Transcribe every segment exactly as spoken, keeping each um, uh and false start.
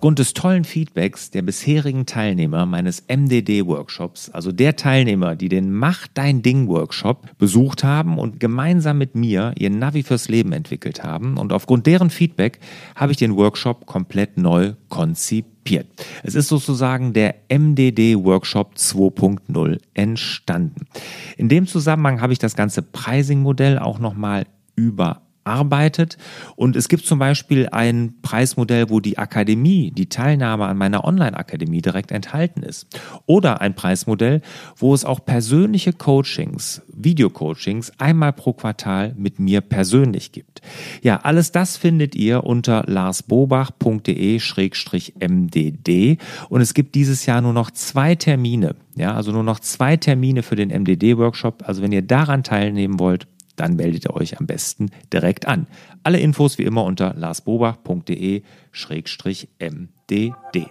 Aufgrund des tollen Feedbacks der bisherigen Teilnehmer meines M D D-Workshops, also der Teilnehmer, die den Mach dein Ding-Workshop besucht haben und gemeinsam mit mir ihr Navi fürs Leben entwickelt haben, und aufgrund deren Feedback habe ich den Workshop komplett neu konzipiert. Es ist sozusagen der M D D-Workshop zwei Punkt null entstanden. In dem Zusammenhang habe ich das ganze Pricing-Modell auch nochmal überarbeitet. arbeitet. Und es gibt zum Beispiel ein Preismodell, wo die Akademie, die Teilnahme an meiner Online-Akademie direkt enthalten ist. Oder ein Preismodell, wo es auch persönliche Coachings, Videocoachings einmal pro Quartal mit mir persönlich gibt. Ja, alles das findet ihr unter larsbobach.de schrägstrich mdd und es gibt dieses Jahr nur noch zwei Termine. Ja, also nur noch zwei Termine für den M D D-Workshop. Also wenn ihr daran teilnehmen wollt, dann meldet ihr euch am besten direkt an. Alle Infos wie immer unter larsbobach.de schrägstrich mdd.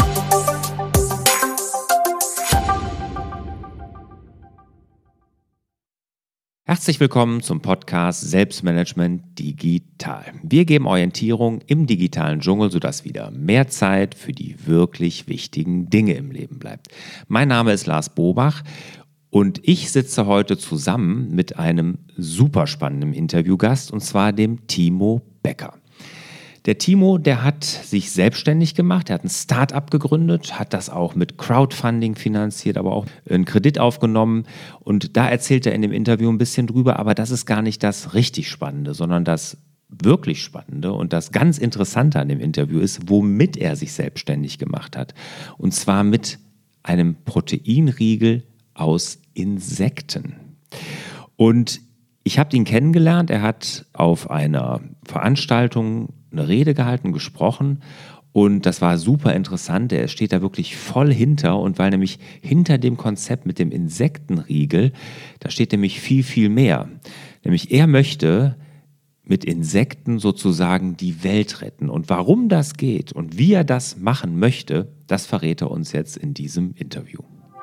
Herzlich willkommen zum Podcast Selbstmanagement Digital. Wir geben Orientierung im digitalen Dschungel, sodass wieder mehr Zeit für die wirklich wichtigen Dinge im Leben bleibt. Mein Name ist Lars Bobach. Und ich sitze heute zusammen mit einem super spannenden Interviewgast, und zwar dem Timo Becker. Der Timo, der hat sich selbstständig gemacht, er hat ein Start-up gegründet, hat das auch mit Crowdfunding finanziert, aber auch einen Kredit aufgenommen. Und da erzählt er in dem Interview ein bisschen drüber, aber das ist gar nicht das richtig Spannende, sondern das wirklich Spannende und das ganz Interessante an dem Interview ist, womit er sich selbstständig gemacht hat. Und zwar mit einem Proteinriegel aus Insekten. Und ich habe ihn kennengelernt, er hat auf einer Veranstaltung eine Rede gehalten, gesprochen, und das war super interessant. Er steht da wirklich voll hinter, und weil nämlich hinter dem Konzept mit dem Insektenriegel, da steht nämlich viel, viel mehr. Nämlich er möchte mit Insekten sozusagen die Welt retten. Und warum das geht und wie er das machen möchte, das verrät er uns jetzt in diesem Interview.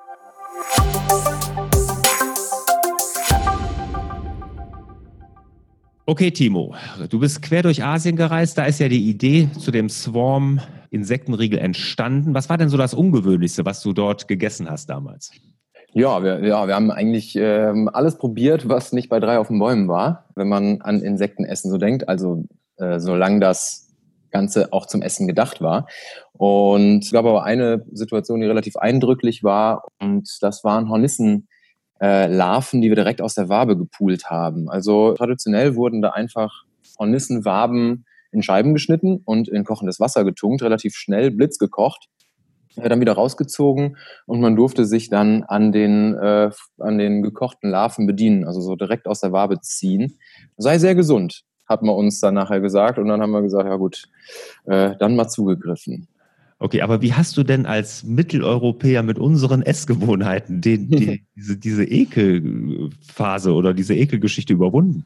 Okay, Timo, du bist quer durch Asien gereist. Da ist ja die Idee zu dem Swarm-Insektenriegel entstanden. Was war denn so das Ungewöhnlichste, was du dort gegessen hast damals? Ja, wir, ja, wir haben eigentlich ähm, alles probiert, was nicht bei drei auf den Bäumen war, wenn man an Insektenessen so denkt. Also äh, solange das Ganze auch zum Essen gedacht war. Und es gab aber eine Situation, die relativ eindrücklich war, und das waren Hornissen. Äh, Larven, die wir direkt aus der Wabe gepult haben. Also traditionell wurden da einfach Hornissenwaben in Scheiben geschnitten und in kochendes Wasser getunkt, relativ schnell blitzgekocht, äh, dann wieder rausgezogen, und man durfte sich dann an den, äh, an den gekochten Larven bedienen, also so direkt aus der Wabe ziehen. Sei sehr gesund, hat man uns dann nachher gesagt, und dann haben wir gesagt, ja gut, äh, dann mal zugegriffen. Okay, aber wie hast du denn als Mitteleuropäer mit unseren Essgewohnheiten die, die, diese, diese Ekelphase oder diese Ekelgeschichte überwunden?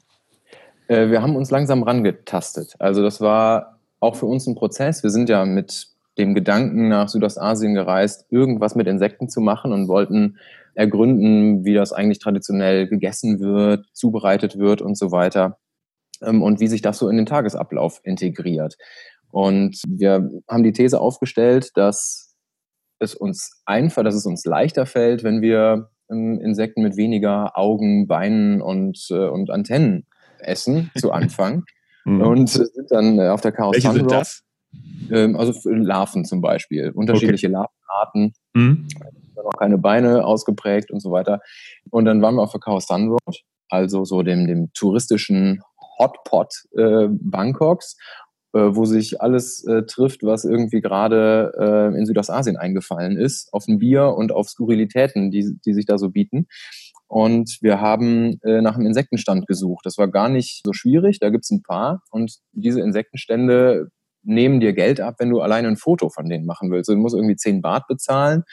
Äh, wir haben uns langsam rangetastet. Also das war auch für uns ein Prozess. Wir sind ja mit dem Gedanken nach Südostasien gereist, irgendwas mit Insekten zu machen, und wollten ergründen, wie das eigentlich traditionell gegessen wird, zubereitet wird und so weiter, ähm, und wie sich das so in den Tagesablauf integriert. Und wir haben die These aufgestellt, dass es uns einfach, dass es uns leichter fällt, wenn wir ähm, Insekten mit weniger Augen, Beinen und, äh, und Antennen essen zu Anfang. Mhm. Und sind dann äh, auf der Chaos Welche sind Sunrock, das? ähm, also für Larven zum Beispiel, unterschiedliche Okay. Larvenarten, Mhm. noch keine Beine ausgeprägt und so weiter. Und dann waren wir auf der Chaos Sunrock, also so dem, dem touristischen Hotpot äh, Bangkoks, äh, wo sich alles äh, trifft, was irgendwie gerade äh, in Südostasien eingefallen ist, auf ein Bier und auf Skurrilitäten, die, die sich da so bieten. Und wir haben äh, nach einem Insektenstand gesucht. Das war gar nicht so schwierig, da gibt es ein paar. Und diese Insektenstände nehmen dir Geld ab, wenn du alleine ein Foto von denen machen willst. Du musst irgendwie zehn Baht bezahlen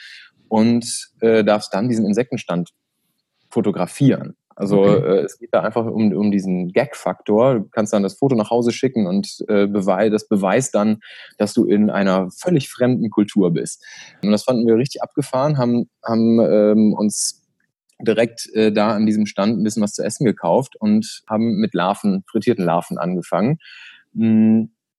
und äh, darfst dann diesen Insektenstand fotografieren. Also Okay. äh, es geht da einfach um, um diesen Gag-Faktor. Du kannst dann das Foto nach Hause schicken, und äh, bewei- das beweist dann, dass du in einer völlig fremden Kultur bist. Und das fanden wir richtig abgefahren, haben, haben ähm, uns direkt äh, da an diesem Stand ein bisschen was zu essen gekauft und haben mit Larven, frittierten Larven angefangen. Hm,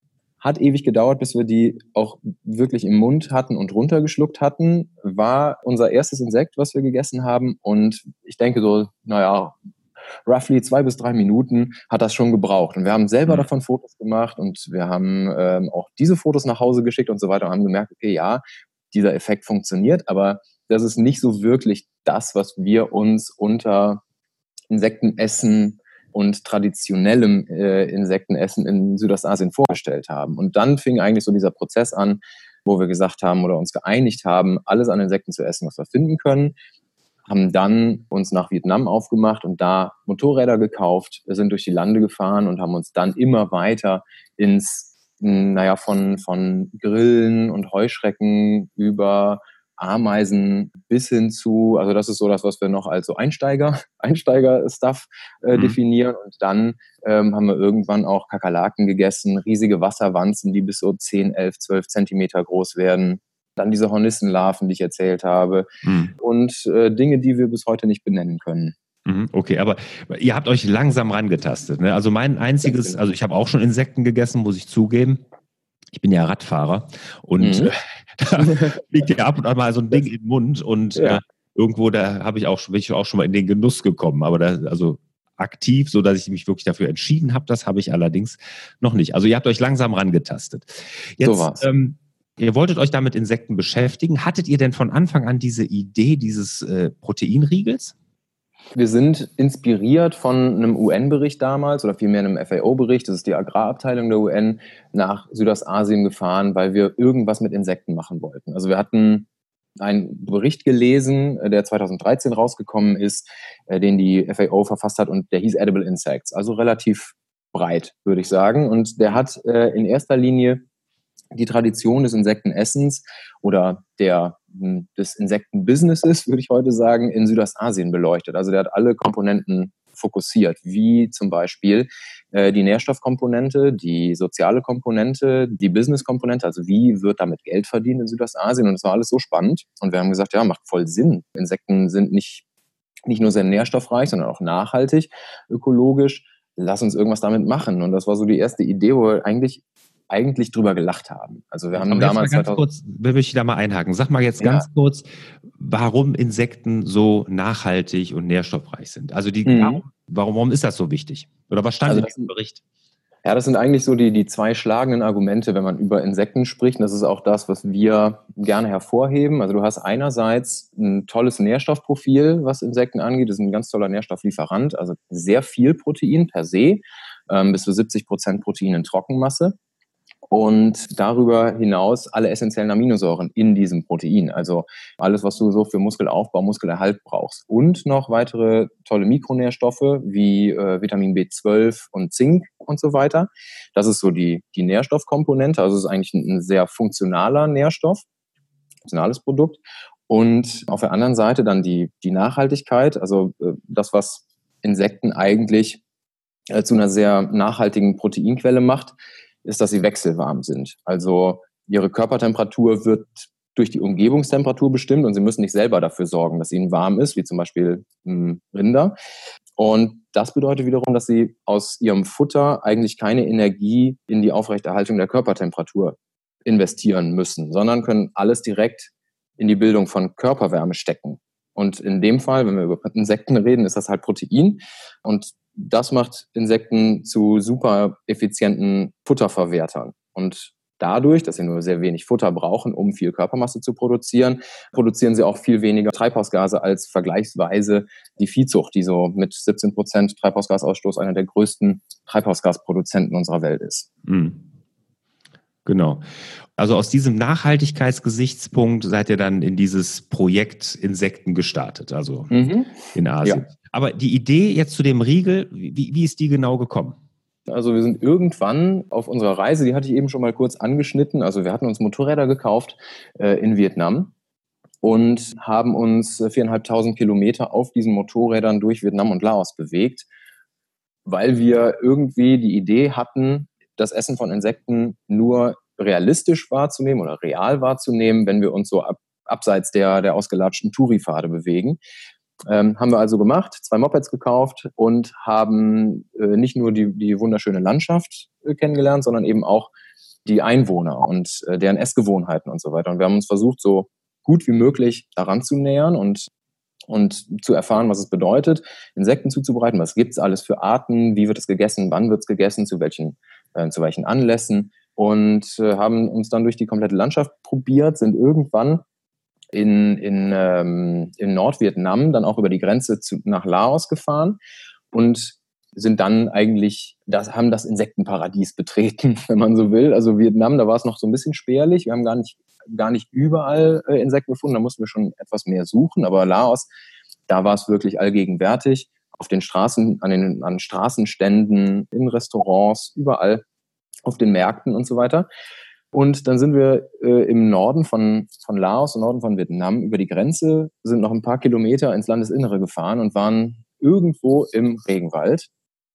Hat ewig gedauert, bis wir die auch wirklich im Mund hatten und runtergeschluckt hatten. War unser erstes Insekt, was wir gegessen haben. Und ich denke so, naja, roughly zwei bis drei Minuten hat das schon gebraucht. Und wir haben selber davon Fotos gemacht und wir haben ähm, auch diese Fotos nach Hause geschickt und so weiter und haben gemerkt, okay, ja, dieser Effekt funktioniert, aber das ist nicht so wirklich das, was wir uns unter Insektenessen und traditionellem äh, Insektenessen in Südostasien vorgestellt haben. Und dann fing eigentlich so dieser Prozess an, wo wir gesagt haben oder uns geeinigt haben, alles an Insekten zu essen, was wir finden können, haben dann uns nach Vietnam aufgemacht und da Motorräder gekauft, sind durch die Lande gefahren und haben uns dann immer weiter ins, naja, von, von Grillen und Heuschrecken über Ameisen bis hin zu, also das ist so das, was wir noch als so Einsteiger, Einsteiger-Stuff äh, Mhm. definieren. Und dann ähm, haben wir irgendwann auch Kakerlaken gegessen, riesige Wasserwanzen, die bis so zehn, elf, zwölf Zentimeter groß werden. Dann diese Hornissenlarven, die ich erzählt habe. Mhm. Und äh, Dinge, die wir bis heute nicht benennen können. Mhm, okay, aber ihr habt euch langsam rangetastet, ne? Also mein einziges, also ich habe auch schon Insekten gegessen, muss ich zugeben. Ich bin ja Radfahrer und Mhm. äh, da liegt ja ab und an mal so ein Ding im Mund und Ja. äh, irgendwo, da habe ich auch, bin ich auch schon mal in den Genuss gekommen, aber da, also aktiv, so dass ich mich wirklich dafür entschieden habe, das habe ich allerdings noch nicht. Also ihr habt euch langsam rangetastet. Jetzt, So war's. ähm, ihr wolltet euch damit Insekten beschäftigen. Hattet ihr denn von Anfang an diese Idee dieses äh, Proteinriegels? Wir sind inspiriert von einem U N-Bericht damals oder vielmehr einem F A O-Bericht, das ist die Agrarabteilung der U N, nach Südostasien gefahren, weil wir irgendwas mit Insekten machen wollten. Also wir hatten einen Bericht gelesen, der zweitausenddreizehn rausgekommen ist, den die F A O verfasst hat und der hieß Edible Insects, also relativ breit, würde ich sagen. Und der hat äh, in erster Linie die Tradition des Insektenessens oder der, des Insektenbusinesses, würde ich heute sagen, in Südostasien beleuchtet. Also der hat alle Komponenten fokussiert, wie zum Beispiel äh, die Nährstoffkomponente, die soziale Komponente, die Businesskomponente, also wie wird damit Geld verdient in Südostasien, und das war alles so spannend und wir haben gesagt, ja, macht voll Sinn. Insekten sind nicht, nicht nur sehr nährstoffreich, sondern auch nachhaltig, ökologisch. Lass uns irgendwas damit machen, und das war so die erste Idee, wo wir eigentlich eigentlich drüber gelacht haben. Also wir haben Aber jetzt mal damals ganz zweitausend kurz, möchte ich da mal einhaken. Sag mal jetzt Ja. ganz kurz, warum Insekten so nachhaltig und nährstoffreich sind. Also die, Mhm. warum, warum, warum ist das so wichtig? Oder was stand Also in das diesem sind, Bericht? ja, das sind eigentlich so die, die zwei schlagenden Argumente, wenn man über Insekten spricht. Und das ist auch das, was wir gerne hervorheben. Also du hast einerseits ein tolles Nährstoffprofil, was Insekten angeht. Das ist ein ganz toller Nährstofflieferant. Also sehr viel Protein per se, ähm, bis zu siebzig Prozent Protein in Trockenmasse. Und darüber hinaus alle essentiellen Aminosäuren in diesem Protein. Also alles, was du so für Muskelaufbau, Muskelerhalt brauchst. Und noch weitere tolle Mikronährstoffe wie äh, Vitamin B zwölf und Zink und so weiter. Das ist so die, die Nährstoffkomponente. Also es ist eigentlich ein, ein sehr funktionaler Nährstoff, funktionales Produkt. Und auf der anderen Seite dann die, die Nachhaltigkeit. Also äh, das, was Insekten eigentlich äh, zu einer sehr nachhaltigen Proteinquelle macht, ist, dass sie wechselwarm sind. Also ihre Körpertemperatur wird durch die Umgebungstemperatur bestimmt und sie müssen nicht selber dafür sorgen, dass ihnen warm ist, wie zum Beispiel mh, Rinder. Und das bedeutet wiederum, dass sie aus ihrem Futter eigentlich keine Energie in die Aufrechterhaltung der Körpertemperatur investieren müssen, sondern können alles direkt in die Bildung von Körperwärme stecken. Und in dem Fall, wenn wir über Insekten reden, ist das halt Protein. Und das macht Insekten zu super effizienten Futterverwertern. Und dadurch, dass sie nur sehr wenig Futter brauchen, um viel Körpermasse zu produzieren, produzieren sie auch viel weniger Treibhausgase als vergleichsweise die Viehzucht, die so mit siebzehn Prozent Treibhausgasausstoß einer der größten Treibhausgasproduzenten unserer Welt ist. Mhm. Genau. Also aus diesem Nachhaltigkeitsgesichtspunkt seid ihr dann in dieses Projekt Insekten gestartet, also Mhm. in Asien. Ja. Aber die Idee jetzt zu dem Riegel, wie, wie ist die genau gekommen? Also wir sind irgendwann auf unserer Reise, die hatte ich eben schon mal kurz angeschnitten, also wir hatten uns Motorräder gekauft äh, in Vietnam und haben uns viertausendfünfhundert Kilometer auf diesen Motorrädern durch Vietnam und Laos bewegt, weil wir irgendwie die Idee hatten, das Essen von Insekten nur realistisch wahrzunehmen oder real wahrzunehmen, wenn wir uns so ab, abseits der, der ausgelatschten Touri-Pfade bewegen. Ähm, haben wir also gemacht, zwei Mopeds gekauft und haben äh, nicht nur die, die wunderschöne Landschaft äh, kennengelernt, sondern eben auch die Einwohner und äh, deren Essgewohnheiten und so weiter. Und wir haben uns versucht, so gut wie möglich daran zu nähern und, und zu erfahren, was es bedeutet, Insekten zuzubereiten, was gibt es alles für Arten, wie wird es gegessen, wann wird es gegessen, zu welchen, äh, zu welchen Anlässen. Und äh, haben uns dann durch die komplette Landschaft probiert, sind irgendwann in, in, ähm, in Nordvietnam dann auch über die Grenze zu, nach Laos gefahren und sind dann eigentlich, das, haben das Insektenparadies betreten, wenn man so will. Also Vietnam, da war es noch so ein bisschen spärlich. Wir haben gar nicht, gar nicht überall äh, Insekten gefunden, da mussten wir schon etwas mehr suchen. Aber Laos, da war es wirklich allgegenwärtig. Auf den Straßen, an den an Straßenständen, in Restaurants, überall, auf den Märkten und so weiter. Und dann sind wir äh, im Norden von, von Laos, im Norden von Vietnam, über die Grenze, sind noch ein paar Kilometer ins Landesinnere gefahren und waren irgendwo im Regenwald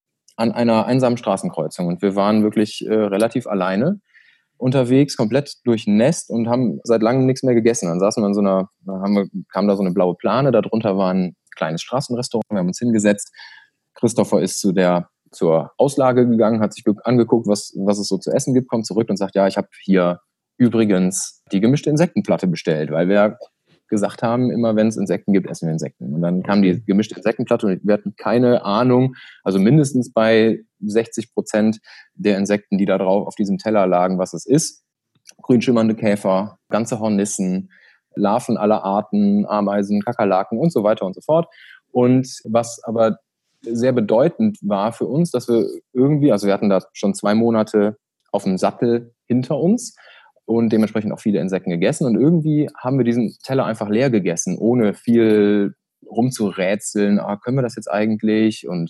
an einer einsamen Straßenkreuzung. Und wir waren wirklich äh, relativ alleine unterwegs, komplett durchnässt und haben seit langem nichts mehr gegessen. Dann saßen wir in so einer, da haben wir, kam da so eine blaue Plane, darunter war ein kleines Straßenrestaurant, wir haben uns hingesetzt. Christopher ist zu der zur Auslage gegangen, hat sich angeguckt, was, was es so zu essen gibt, kommt zurück und sagt, ja, ich habe hier übrigens die gemischte Insektenplatte bestellt, weil wir gesagt haben, immer wenn es Insekten gibt, essen wir Insekten. Und dann kam die gemischte Insektenplatte und wir hatten keine Ahnung, also mindestens bei sechzig Prozent der Insekten, die da drauf auf diesem Teller lagen, was es ist. Grün schimmernde Käfer, ganze Hornissen, Larven aller Arten, Ameisen, Kakerlaken und so weiter und so fort. Und was aber sehr bedeutend war für uns, dass wir irgendwie, also wir hatten da schon zwei Monate auf dem Sattel hinter uns und dementsprechend auch viele Insekten gegessen und irgendwie haben wir diesen Teller einfach leer gegessen, ohne viel rumzurätseln, ah, können wir das jetzt eigentlich und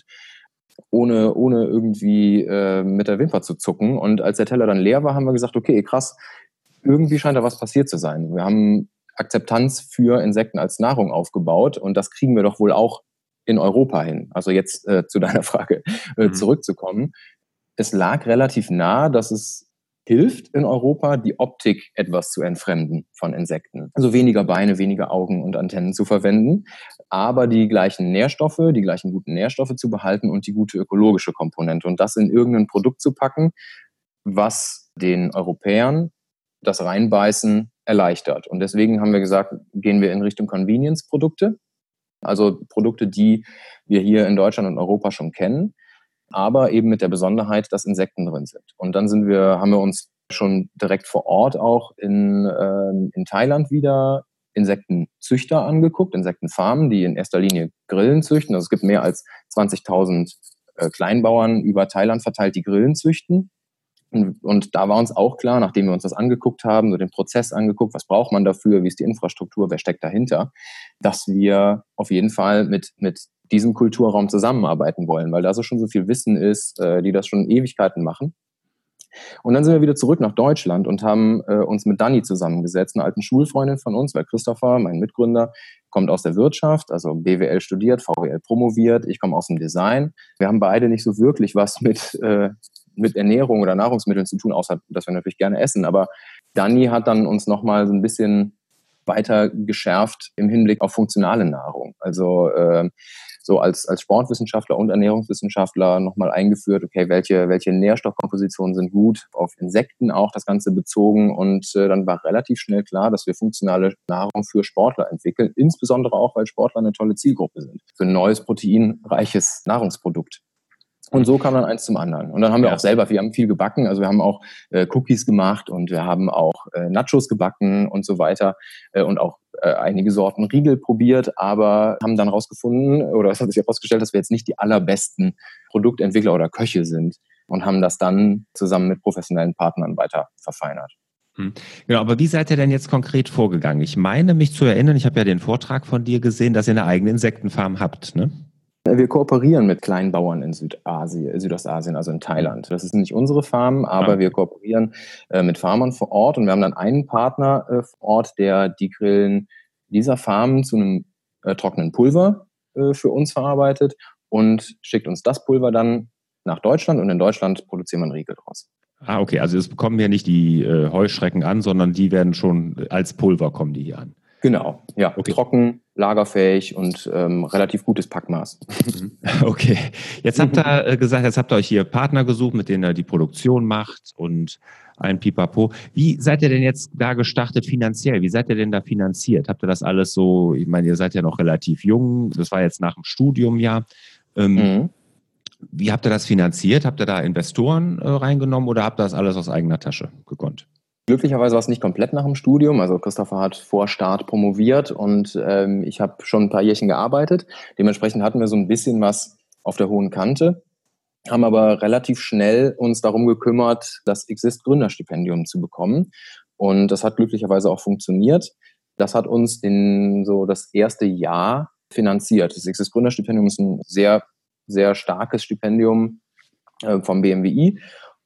ohne, ohne irgendwie äh, mit der Wimper zu zucken. Und als der Teller dann leer war, haben wir gesagt, okay, krass, irgendwie scheint da was passiert zu sein. Wir haben Akzeptanz für Insekten als Nahrung aufgebaut und das kriegen wir doch wohl auch in Europa hin. Also jetzt äh, zu deiner Frage äh, mhm. zurückzukommen. Es lag relativ nah, dass es hilft in Europa, die Optik etwas zu entfremden von Insekten. Also weniger Beine, weniger Augen und Antennen zu verwenden, aber die gleichen Nährstoffe, die gleichen guten Nährstoffe zu behalten und die gute ökologische Komponente und das in irgendein Produkt zu packen, was den Europäern das Reinbeißen erleichtert. Und deswegen haben wir gesagt, gehen wir in Richtung Convenience-Produkte. Also Produkte, die wir hier in Deutschland und Europa schon kennen, aber eben mit der Besonderheit, dass Insekten drin sind. Und dann sind wir, haben wir uns schon direkt vor Ort auch in, äh, in Thailand wieder Insektenzüchter angeguckt, Insektenfarmen, die in erster Linie Grillen züchten. Also es gibt mehr als zwanzigtausend äh, Kleinbauern über Thailand verteilt, die Grillen züchten. Und, und da war uns auch klar, nachdem wir uns das angeguckt haben, so den Prozess angeguckt, was braucht man dafür, wie ist die Infrastruktur, wer steckt dahinter, dass wir auf jeden Fall mit, mit diesem Kulturraum zusammenarbeiten wollen, weil da so schon so viel Wissen ist, äh, die das schon Ewigkeiten machen. Und dann sind wir wieder zurück nach Deutschland und haben äh, uns mit Dani zusammengesetzt, einer alten Schulfreundin von uns, weil Christopher, mein Mitgründer, kommt aus der Wirtschaft, also B W L studiert, V W L promoviert, ich komme aus dem Design. Wir haben beide nicht so wirklich was mit äh, mit Ernährung oder Nahrungsmitteln zu tun, außer dass wir natürlich gerne essen. Aber Dani hat dann uns nochmal so ein bisschen weiter geschärft im Hinblick auf funktionale Nahrung. Also äh, so als, als Sportwissenschaftler und Ernährungswissenschaftler nochmal eingeführt, okay, welche, welche Nährstoffkompositionen sind gut, auf Insekten auch das Ganze bezogen. Und äh, dann war relativ schnell klar, dass wir funktionale Nahrung für Sportler entwickeln, insbesondere auch, weil Sportler eine tolle Zielgruppe sind für ein neues proteinreiches Nahrungsprodukt. Und so kam dann eins zum anderen. Und dann haben wir ja. auch selber, wir haben viel gebacken, also wir haben auch äh, Cookies gemacht und wir haben auch äh, Nachos gebacken und so weiter äh, und auch äh, einige Sorten Riegel probiert, aber haben dann rausgefunden, oder es hat sich herausgestellt, dass wir jetzt nicht die allerbesten Produktentwickler oder Köche sind und haben das dann zusammen mit professionellen Partnern weiter verfeinert. Genau, aber wie seid ihr denn jetzt konkret vorgegangen? Ich meine, mich zu erinnern, ich habe ja den Vortrag von dir gesehen, dass ihr eine eigene Insektenfarm habt, ne? Wir kooperieren mit Kleinbauern in Südasien, Südostasien, also in Thailand. Das ist nicht unsere Farm, aber ah. wir kooperieren äh, mit Farmern vor Ort und wir haben dann einen Partner äh, vor Ort, der die Grillen dieser Farmen zu einem äh, trockenen Pulver äh, für uns verarbeitet und schickt uns das Pulver dann nach Deutschland und in Deutschland produzieren wir einen Riegel draus. Ah, okay, also es bekommen ja nicht die äh, Heuschrecken an, sondern die werden schon als Pulver kommen die hier an. Genau, ja, Okay. trocken, lagerfähig und ähm, relativ gutes Packmaß. Okay, jetzt habt ihr äh, gesagt, jetzt habt ihr euch hier Partner gesucht, mit denen ihr die Produktion macht und ein Pipapo. Wie seid ihr denn jetzt da gestartet finanziell? Wie seid ihr denn da finanziert? Habt ihr das alles so, ich meine, ihr seid ja noch relativ jung, das war jetzt nach dem Studium ja. Ähm, Mhm. Wie habt ihr das finanziert? Habt ihr da Investoren äh, reingenommen oder habt ihr das alles aus eigener Tasche gekonnt? Glücklicherweise war es nicht komplett nach dem Studium. Also Christopher hat vor Start promoviert und ähm, ich habe schon ein paar Jährchen gearbeitet. Dementsprechend hatten wir so ein bisschen was auf der hohen Kante, haben aber relativ schnell uns darum gekümmert, das Exist Gründerstipendium zu bekommen. Und das hat glücklicherweise auch funktioniert. Das hat uns in so das erste Jahr finanziert. Das Exist Gründerstipendium ist ein sehr, sehr starkes Stipendium äh, vom B M W I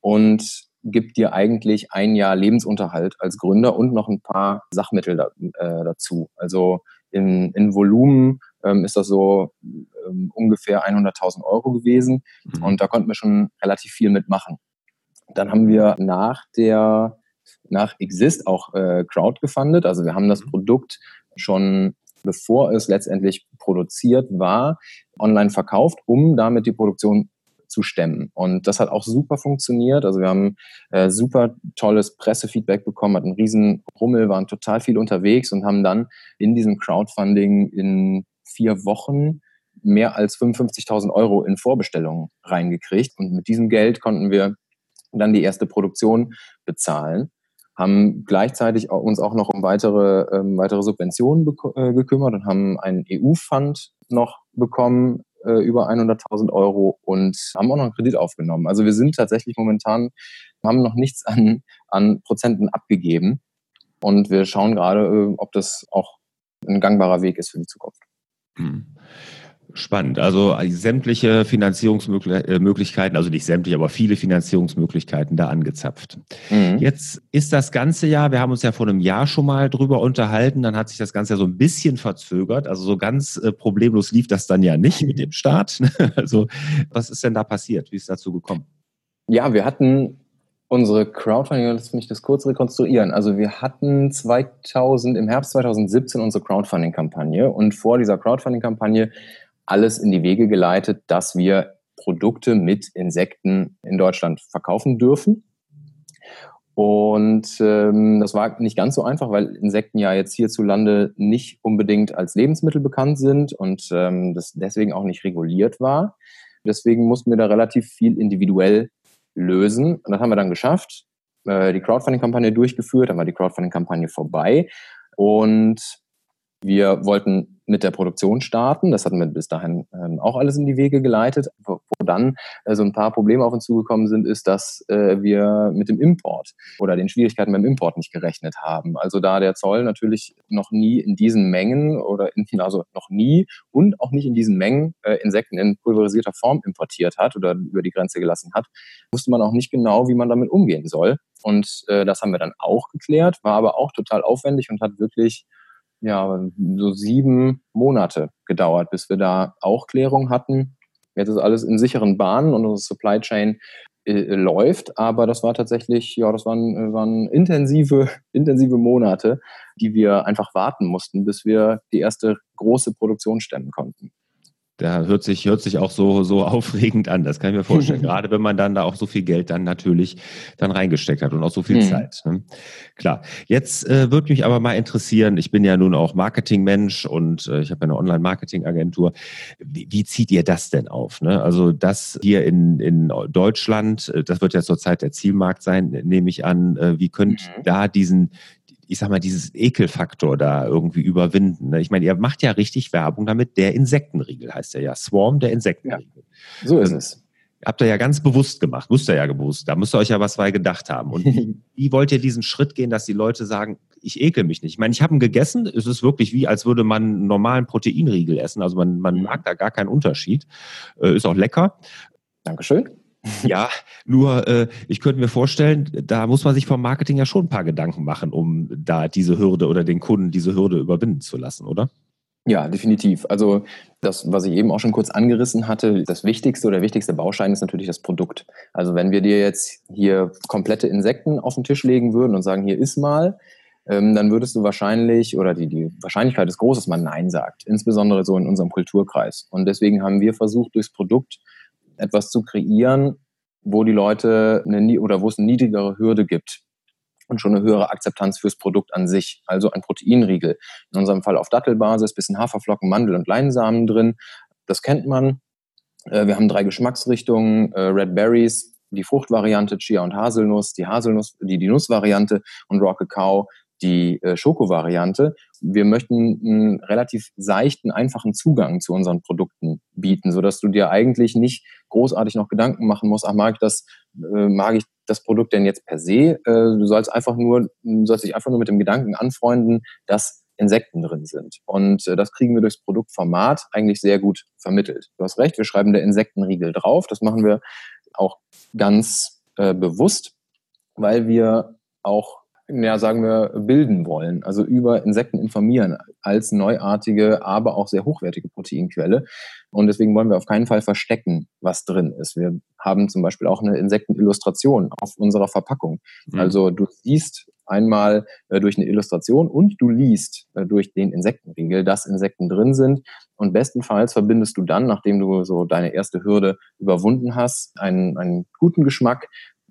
und gibt dir eigentlich ein Jahr Lebensunterhalt als Gründer und noch ein paar Sachmittel da, äh, dazu. Also in, in Volumen ähm, ist das so ähm, ungefähr hunderttausend Euro gewesen Mhm. und da konnten wir schon relativ viel mitmachen. Dann haben wir nach der nach Exist auch äh, Crowd gefundet. Also wir haben das Produkt schon, bevor es letztendlich produziert war, online verkauft, um damit die Produktion zu stemmen. Und das hat auch super funktioniert. Also wir haben äh, super tolles Pressefeedback bekommen, hatten einen riesen Rummel, waren total viel unterwegs und haben dann in diesem Crowdfunding in vier Wochen mehr als fünfundfünfzigtausend Euro in Vorbestellungen reingekriegt. Und mit diesem Geld konnten wir dann die erste Produktion bezahlen, haben gleichzeitig uns auch noch um weitere, ähm, weitere Subventionen äh, gekümmert und haben einen E U-Fund noch bekommen, äh, über hunderttausend Euro und haben auch noch einen Kredit aufgenommen. Also wir sind tatsächlich momentan, haben noch nichts an, an Prozenten abgegeben und wir schauen gerade, äh, ob das auch ein gangbarer Weg ist für die Zukunft. Mhm. Spannend. Also sämtliche Finanzierungsmöglichkeiten, also nicht sämtliche, aber viele Finanzierungsmöglichkeiten da angezapft. Mhm. Jetzt ist das ganze Jahr, wir haben uns ja vor einem Jahr schon mal drüber unterhalten, dann hat sich das Ganze ja so ein bisschen verzögert. Also so ganz äh, problemlos lief das dann ja nicht mit dem Start. Also was ist denn da passiert? Wie ist es dazu gekommen? Ja, wir hatten unsere Crowdfunding, lass mich das kurz rekonstruieren. Also wir hatten zweitausend, im Herbst zweitausendsiebzehn unsere Crowdfunding-Kampagne und vor dieser Crowdfunding-Kampagne alles in die Wege geleitet, dass wir Produkte mit Insekten in Deutschland verkaufen dürfen. Und ähm, das war nicht ganz so einfach, weil Insekten ja jetzt hierzulande nicht unbedingt als Lebensmittel bekannt sind und ähm, das deswegen auch nicht reguliert war. Deswegen mussten wir da relativ viel individuell lösen. Und das haben wir dann geschafft, äh, die Crowdfunding-Kampagne durchgeführt, dann war die Crowdfunding-Kampagne vorbei und wir wollten mit der Produktion starten. Das hatten wir bis dahin ähm, auch alles in die Wege geleitet. Wo, wo dann äh, so ein paar Probleme auf uns zugekommen sind, ist, dass äh, wir mit dem Import oder den Schwierigkeiten beim Import nicht gerechnet haben. Also da der Zoll natürlich noch nie in diesen Mengen oder in, also noch nie und auch nicht in diesen Mengen äh, Insekten in pulverisierter Form importiert hat oder über die Grenze gelassen hat, wusste man auch nicht genau, wie man damit umgehen soll. Und äh, das haben wir dann auch geklärt, war aber auch total aufwendig und hat wirklich ja, so sieben Monate gedauert, bis wir da auch Klärung hatten. Jetzt ist alles in sicheren Bahnen und unsere Supply Chain äh, läuft, aber das war tatsächlich, ja, das waren, waren intensive, intensive Monate, die wir einfach warten mussten, bis wir die erste große Produktion stemmen konnten. Da hört sich, hört sich auch so, so aufregend an. Das kann ich mir vorstellen. Gerade wenn man dann da auch so viel Geld dann natürlich dann reingesteckt hat und auch so viel Mhm. Zeit. Ne? Klar. Jetzt äh, würde mich aber mal interessieren, ich bin ja nun auch Marketingmensch und äh, ich habe ja eine Online-Marketing-Agentur. Wie, wie zieht ihr das denn auf? Ne? Also das hier in, in Deutschland, äh, das wird ja zurzeit der Zielmarkt sein, nehme ich an. Äh, wie könnt Mhm. da diesen ich sag mal, dieses Ekelfaktor da irgendwie überwinden. Ne? Ich meine, ihr macht ja richtig Werbung damit. Der Insektenriegel heißt der ja. Swarm, der Insektenriegel. Ja, so ist Ähm, es. habt ihr ja ganz bewusst gemacht. Müsst ihr ja gewusst. Da müsst ihr euch ja was bei gedacht haben. Und wie, wie wollt ihr diesen Schritt gehen, dass die Leute sagen, ich ekel mich nicht? Ich meine, ich habe ihn gegessen. Es ist wirklich wie, als würde man einen normalen Proteinriegel essen. Also man, man Mhm. merkt da gar keinen Unterschied. Äh, ist auch lecker. Dankeschön. Ja, nur äh, ich könnte mir vorstellen, da muss man sich vom Marketing ja schon ein paar Gedanken machen, um da diese Hürde oder den Kunden diese Hürde überwinden zu lassen, oder? Ja, definitiv. Also das, was ich eben auch schon kurz angerissen hatte, das Wichtigste oder der wichtigste Baustein ist natürlich das Produkt. Also wenn wir dir jetzt hier komplette Insekten auf den Tisch legen würden und sagen, hier iss mal, ähm, dann würdest du wahrscheinlich, oder die, die Wahrscheinlichkeit ist groß, dass man Nein sagt, insbesondere so in unserem Kulturkreis. Und deswegen haben wir versucht, durchs Produkt etwas zu kreieren, wo die Leute eine, oder wo es eine niedrigere Hürde gibt und schon eine höhere Akzeptanz fürs Produkt an sich. Also ein Proteinriegel. In unserem Fall auf Dattelbasis, bisschen Haferflocken, Mandel und Leinsamen drin. Das kennt man. Wir haben drei Geschmacksrichtungen, Red Berries, die Fruchtvariante, Chia und Haselnuss, die Haselnuss, die, die Nussvariante und Raw Cacao, die äh, Schoko-Variante. Wir möchten einen relativ seichten, einfachen Zugang zu unseren Produkten bieten, sodass du dir eigentlich nicht großartig noch Gedanken machen musst, ach, mag ich das, äh, mag ich das Produkt denn jetzt per se? Äh, du sollst einfach nur, du sollst dich einfach nur mit dem Gedanken anfreunden, dass Insekten drin sind. Und äh, das kriegen wir durchs Produktformat eigentlich sehr gut vermittelt. Du hast recht, wir schreiben der Insektenriegel drauf. Das machen wir auch ganz äh, bewusst, weil wir auch, ja, sagen wir, bilden wollen, also über Insekten informieren als neuartige, aber auch sehr hochwertige Proteinquelle. Und deswegen wollen wir auf keinen Fall verstecken, was drin ist. Wir haben zum Beispiel auch eine Insektenillustration auf unserer Verpackung. Mhm. Also du siehst einmal äh, durch eine Illustration und du liest äh, durch den Insektenriegel, dass Insekten drin sind. Und bestenfalls verbindest du dann, nachdem du so deine erste Hürde überwunden hast, einen, einen guten Geschmack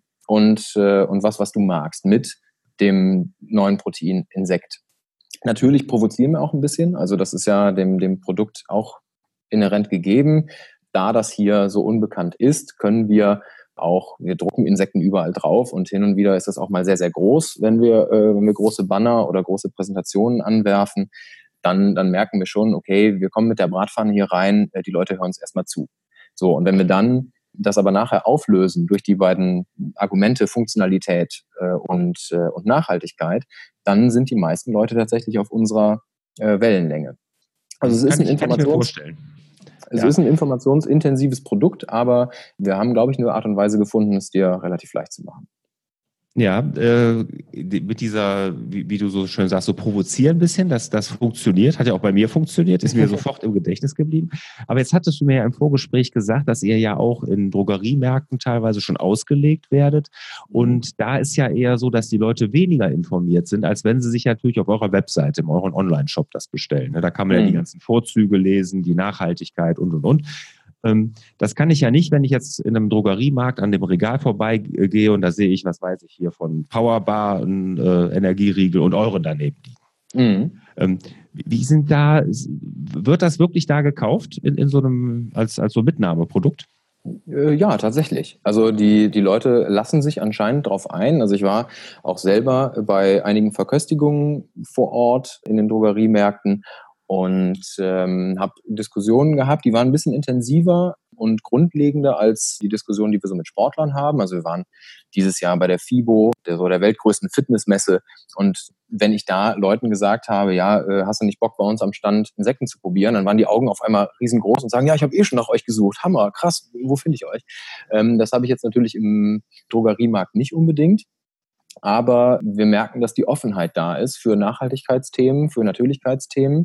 und, äh, und was, was du magst, mit dem neuen Protein Insekt. Natürlich provozieren wir auch ein bisschen, also das ist ja dem, dem Produkt auch inhärent gegeben. Da das hier so unbekannt ist, können wir auch, wir drucken Insekten überall drauf und hin und wieder ist das auch mal sehr, sehr groß, wenn wir, äh, wenn wir große Banner oder große Präsentationen anwerfen, dann, dann merken wir schon, okay, wir kommen mit der Bratpfanne hier rein, äh, die Leute hören uns erstmal zu. So, und wenn wir dann das aber nachher auflösen durch die beiden Argumente Funktionalität äh, und, äh, und Nachhaltigkeit, dann sind die meisten Leute tatsächlich auf unserer äh, Wellenlänge. Also es ist ein, ich, kann ich mir vorstellen. Es ja. ist ein informationsintensives Produkt, aber wir haben, glaube ich, eine Art und Weise gefunden, es dir relativ leicht zu machen. Ja, äh, mit dieser, wie, wie du so schön sagst, so provozieren ein bisschen, dass das funktioniert, hat ja auch bei mir funktioniert, ist mir sofort im Gedächtnis geblieben. Aber jetzt hattest du mir ja im Vorgespräch gesagt, dass ihr ja auch in Drogeriemärkten teilweise schon ausgelegt werdet. Und da ist ja eher so, dass die Leute weniger informiert sind, als wenn sie sich natürlich auf eurer Webseite, in eurem Online-Shop das bestellen. Da kann man ja die ganzen Vorzüge lesen, die Nachhaltigkeit und, und, und. Das kann ich ja nicht, wenn ich jetzt in einem Drogeriemarkt an dem Regal vorbeigehe und da sehe ich, was weiß ich hier, von Powerbar, ein äh, Energieriegel und euren daneben liegen. Mhm. Ähm, wie sind da, wird das wirklich da gekauft in, in so einem, als, als so Mitnahmeprodukt? Ja, tatsächlich. Also die, die Leute lassen sich anscheinend drauf ein. Also ich war auch selber bei einigen Verköstigungen vor Ort in den Drogeriemärkten und ähm, habe Diskussionen gehabt, die waren ein bisschen intensiver und grundlegender als die Diskussionen, die wir so mit Sportlern haben. Also wir waren dieses Jahr bei der FIBO, der, so der weltgrößten Fitnessmesse. Und wenn ich da Leuten gesagt habe, ja, äh, hast du nicht Bock bei uns am Stand Insekten zu probieren, dann waren die Augen auf einmal riesengroß und sagen, ja, ich habe eh schon nach euch gesucht. Hammer, krass, wo finde ich euch? Ähm, das habe ich jetzt natürlich im Drogeriemarkt nicht unbedingt. Aber wir merken, dass die Offenheit da ist für Nachhaltigkeitsthemen, für Natürlichkeitsthemen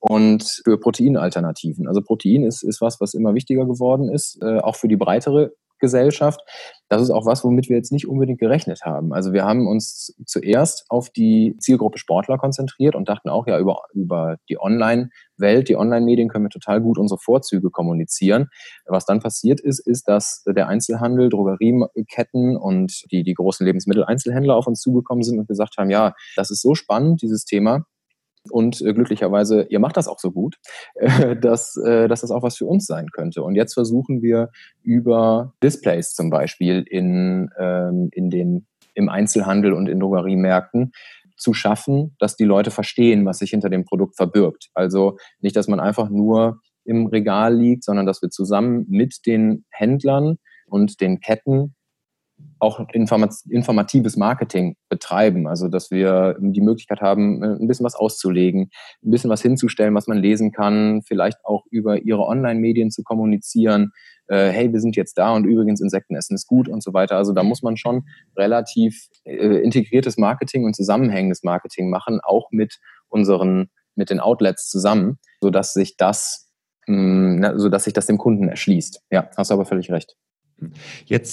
und für Proteinalternativen. Also Protein ist, ist was, was immer wichtiger geworden ist, äh, auch für die breitere Gesellschaft. Das ist auch was, womit wir jetzt nicht unbedingt gerechnet haben. Also wir haben uns zuerst auf die Zielgruppe Sportler konzentriert und dachten auch, ja, über, über die Online-Welt, die Online-Medien können wir total gut unsere Vorzüge kommunizieren. Was dann passiert ist, ist, dass der Einzelhandel, Drogerieketten und die, die großen Lebensmitteleinzelhändler auf uns zugekommen sind und gesagt haben, ja, das ist so spannend, dieses Thema. Und äh, glücklicherweise, ihr macht das auch so gut, äh, dass, äh, dass das auch was für uns sein könnte. Und jetzt versuchen wir über Displays zum Beispiel in, ähm, in den, im Einzelhandel und in Drogeriemärkten zu schaffen, dass die Leute verstehen, was sich hinter dem Produkt verbirgt. Also nicht, dass man einfach nur im Regal liegt, sondern dass wir zusammen mit den Händlern und den Ketten auch informatives Marketing betreiben, also dass wir die Möglichkeit haben, ein bisschen was auszulegen, ein bisschen was hinzustellen, was man lesen kann, vielleicht auch über ihre Online-Medien zu kommunizieren, äh, hey, wir sind jetzt da und übrigens Insektenessen ist gut und so weiter. Also da muss man schon relativ äh, integriertes Marketing und zusammenhängendes Marketing machen, auch mit unseren, mit den Outlets zusammen, sodass sich das, mh, sodass sich das dem Kunden erschließt. Ja, hast du aber völlig recht. Jetzt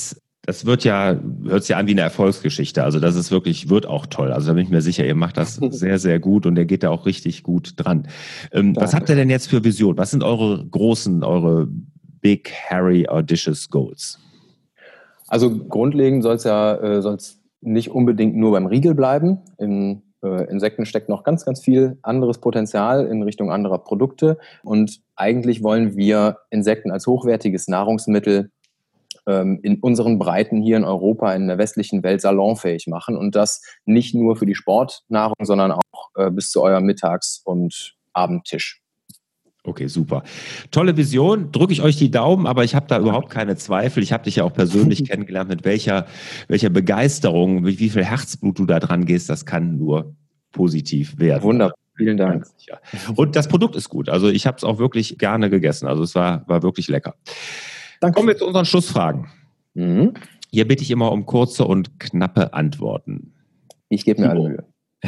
Das wird ja, hört sich ja an wie eine Erfolgsgeschichte. Also das ist wirklich, wird auch toll. Also da bin ich mir sicher, ihr macht das sehr, sehr gut und ihr geht da auch richtig gut dran. Ähm, was habt ihr denn jetzt für Vision? Was sind eure großen, eure big, hairy, audacious Goals? Also grundlegend soll es ja äh, soll's nicht unbedingt nur beim Riegel bleiben. In äh, Insekten steckt noch ganz, ganz viel anderes Potenzial in Richtung anderer Produkte. Und eigentlich wollen wir Insekten als hochwertiges Nahrungsmittel in unseren Breiten hier in Europa, in der westlichen Welt salonfähig machen und das nicht nur für die Sportnahrung, sondern auch äh, bis zu eurem Mittags- und Abendtisch. Okay, super. Tolle Vision, drücke ich euch die Daumen, aber ich habe da überhaupt keine Zweifel. Ich habe dich ja auch persönlich kennengelernt, mit welcher, welcher Begeisterung, mit wie viel Herzblut du da dran gehst, das kann nur positiv werden. Wunderbar, vielen Dank. Und das Produkt ist gut, also ich habe es auch wirklich gerne gegessen, also es war, war wirklich lecker. Danke. Kommen wir zu unseren Schlussfragen. Mhm. Hier bitte ich immer um kurze und knappe Antworten. Ich gebe mir alle Mühe.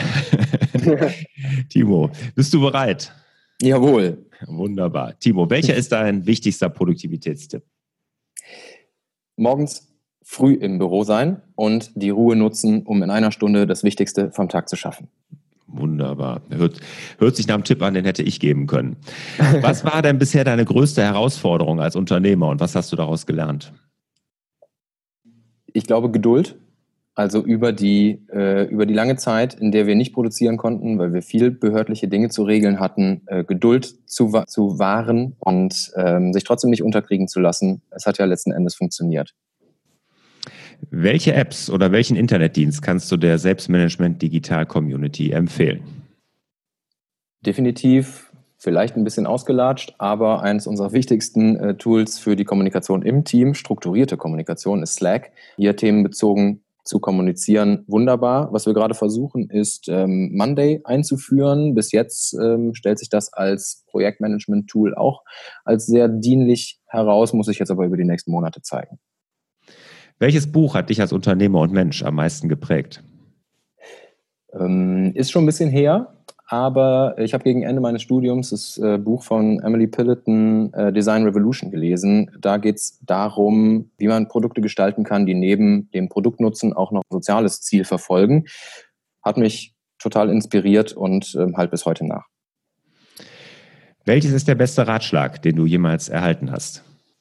Timo, bist du bereit? Jawohl. Wunderbar. Timo, welcher ist dein wichtigster Produktivitätstipp? Morgens früh im Büro sein und die Ruhe nutzen, um in einer Stunde das Wichtigste vom Tag zu schaffen. Wunderbar. Hört, hört sich nach einem Tipp an, den hätte ich geben können. Was war denn bisher deine größte Herausforderung als Unternehmer und was hast du daraus gelernt? Ich glaube Geduld. Also über die, äh, über die lange Zeit, in der wir nicht produzieren konnten, weil wir viel behördliche Dinge zu regeln hatten, äh, Geduld zu, zu wahren und ähm, sich trotzdem nicht unterkriegen zu lassen. Es hat ja letzten Endes funktioniert. Welche Apps oder welchen Internetdienst kannst du der Selbstmanagement Digital Community empfehlen? Definitiv, vielleicht ein bisschen ausgelatscht, aber eines unserer wichtigsten äh, Tools für die Kommunikation im Team, strukturierte Kommunikation, ist Slack. Hier themenbezogen zu kommunizieren, wunderbar. Was wir gerade versuchen, ist ähm, Monday einzuführen. Bis jetzt ähm, stellt sich das als Projektmanagement-Tool auch als sehr dienlich heraus, muss sich jetzt aber über die nächsten Monate zeigen. Welches Buch hat dich als Unternehmer und Mensch am meisten geprägt? Ähm, ist schon ein bisschen her, aber ich habe gegen Ende meines Studiums das äh, Buch von Emily Pillitton, äh, Design Revolution, gelesen. Da geht es darum, wie man Produkte gestalten kann, die neben dem Produktnutzen auch noch ein soziales Ziel verfolgen. Hat mich total inspiriert und äh, halt bis heute nach. Welches ist der beste Ratschlag, den du jemals erhalten hast?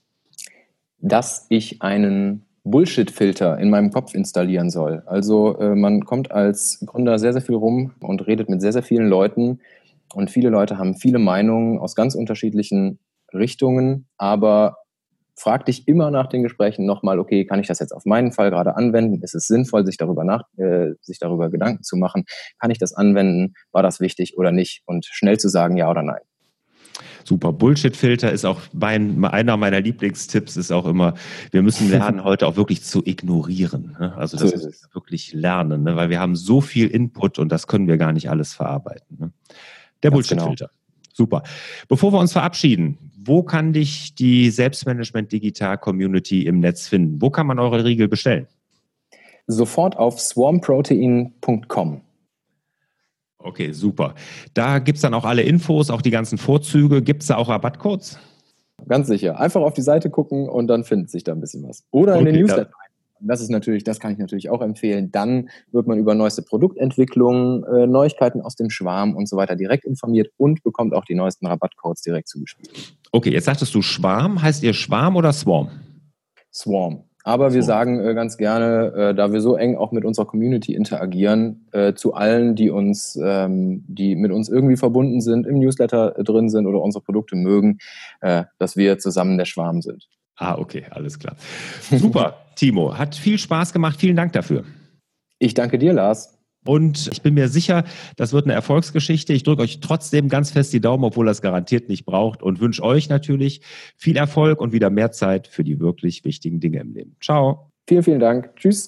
Dass ich einen Bullshit-Filter in meinem Kopf installieren soll. Also äh, man kommt als Gründer sehr, sehr viel rum und redet mit sehr, sehr vielen Leuten und viele Leute haben viele Meinungen aus ganz unterschiedlichen Richtungen, aber frag dich immer nach den Gesprächen nochmal, okay, kann ich das jetzt auf meinen Fall gerade anwenden? Ist es sinnvoll, sich darüber, nach, äh, sich darüber Gedanken zu machen? Kann ich das anwenden? War das wichtig oder nicht? Und schnell zu sagen, ja oder nein. Super. Bullshit-Filter ist auch mein, einer meiner Lieblingstipps, ist auch immer, wir müssen lernen, heute auch wirklich zu ignorieren. Ne? Also das so ist es. Wirklich lernen, ne? Weil wir haben so viel Input und das können wir gar nicht alles verarbeiten. Ne? Der Bullshit-Filter. Genau. Super. Bevor wir uns verabschieden, wo kann dich die Selbstmanagement Digital Community im Netz finden? Wo kann man eure Riegel bestellen? Sofort auf swarm protein punkt com. Okay, super. Da gibt es dann auch alle Infos, auch die ganzen Vorzüge. Gibt es da auch Rabattcodes? Ganz sicher. Einfach auf die Seite gucken und dann findet sich da ein bisschen was. Oder in okay, den Newsletter. Das ist natürlich, das kann ich natürlich auch empfehlen. Dann wird man über neueste Produktentwicklungen, äh, Neuigkeiten aus dem Schwarm und so weiter direkt informiert und bekommt auch die neuesten Rabattcodes direkt zugespielt. Okay, jetzt sagtest du Schwarm. Heißt ihr Schwarm oder Swarm? Swarm. Aber wir so. sagen äh, ganz gerne, äh, da wir so eng auch mit unserer Community interagieren, äh, zu allen, die uns, ähm, die mit uns irgendwie verbunden sind, im Newsletter äh, drin sind oder unsere Produkte mögen, äh, dass wir zusammen der Schwarm sind. Ah, okay, alles klar. Super, Timo, hat viel Spaß gemacht. Vielen Dank dafür. Ich danke dir, Lars. Und ich bin mir sicher, das wird eine Erfolgsgeschichte. Ich drücke euch trotzdem ganz fest die Daumen, obwohl das garantiert nicht braucht und wünsche euch natürlich viel Erfolg und wieder mehr Zeit für die wirklich wichtigen Dinge im Leben. Ciao. Vielen, vielen Dank. Tschüss.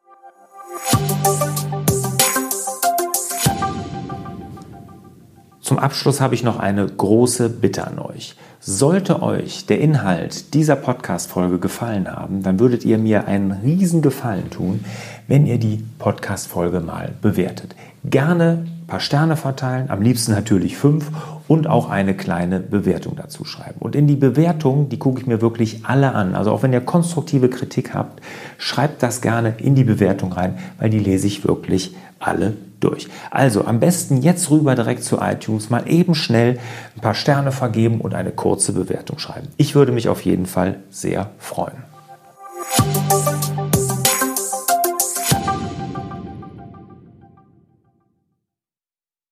Zum Abschluss habe ich noch eine große Bitte an euch. Sollte euch der Inhalt dieser Podcast-Folge gefallen haben, dann würdet ihr mir einen riesen Gefallen tun, wenn ihr die Podcast-Folge mal bewertet. Gerne ein paar Sterne verteilen, am liebsten natürlich fünf und auch eine kleine Bewertung dazu schreiben. Und in die Bewertung, die gucke ich mir wirklich alle an. Also auch wenn ihr konstruktive Kritik habt, schreibt das gerne in die Bewertung rein, weil die lese ich wirklich alle durch. Also am besten jetzt rüber direkt zu iTunes, mal eben schnell ein paar Sterne vergeben und eine kurze Bewertung schreiben. Ich würde mich auf jeden Fall sehr freuen.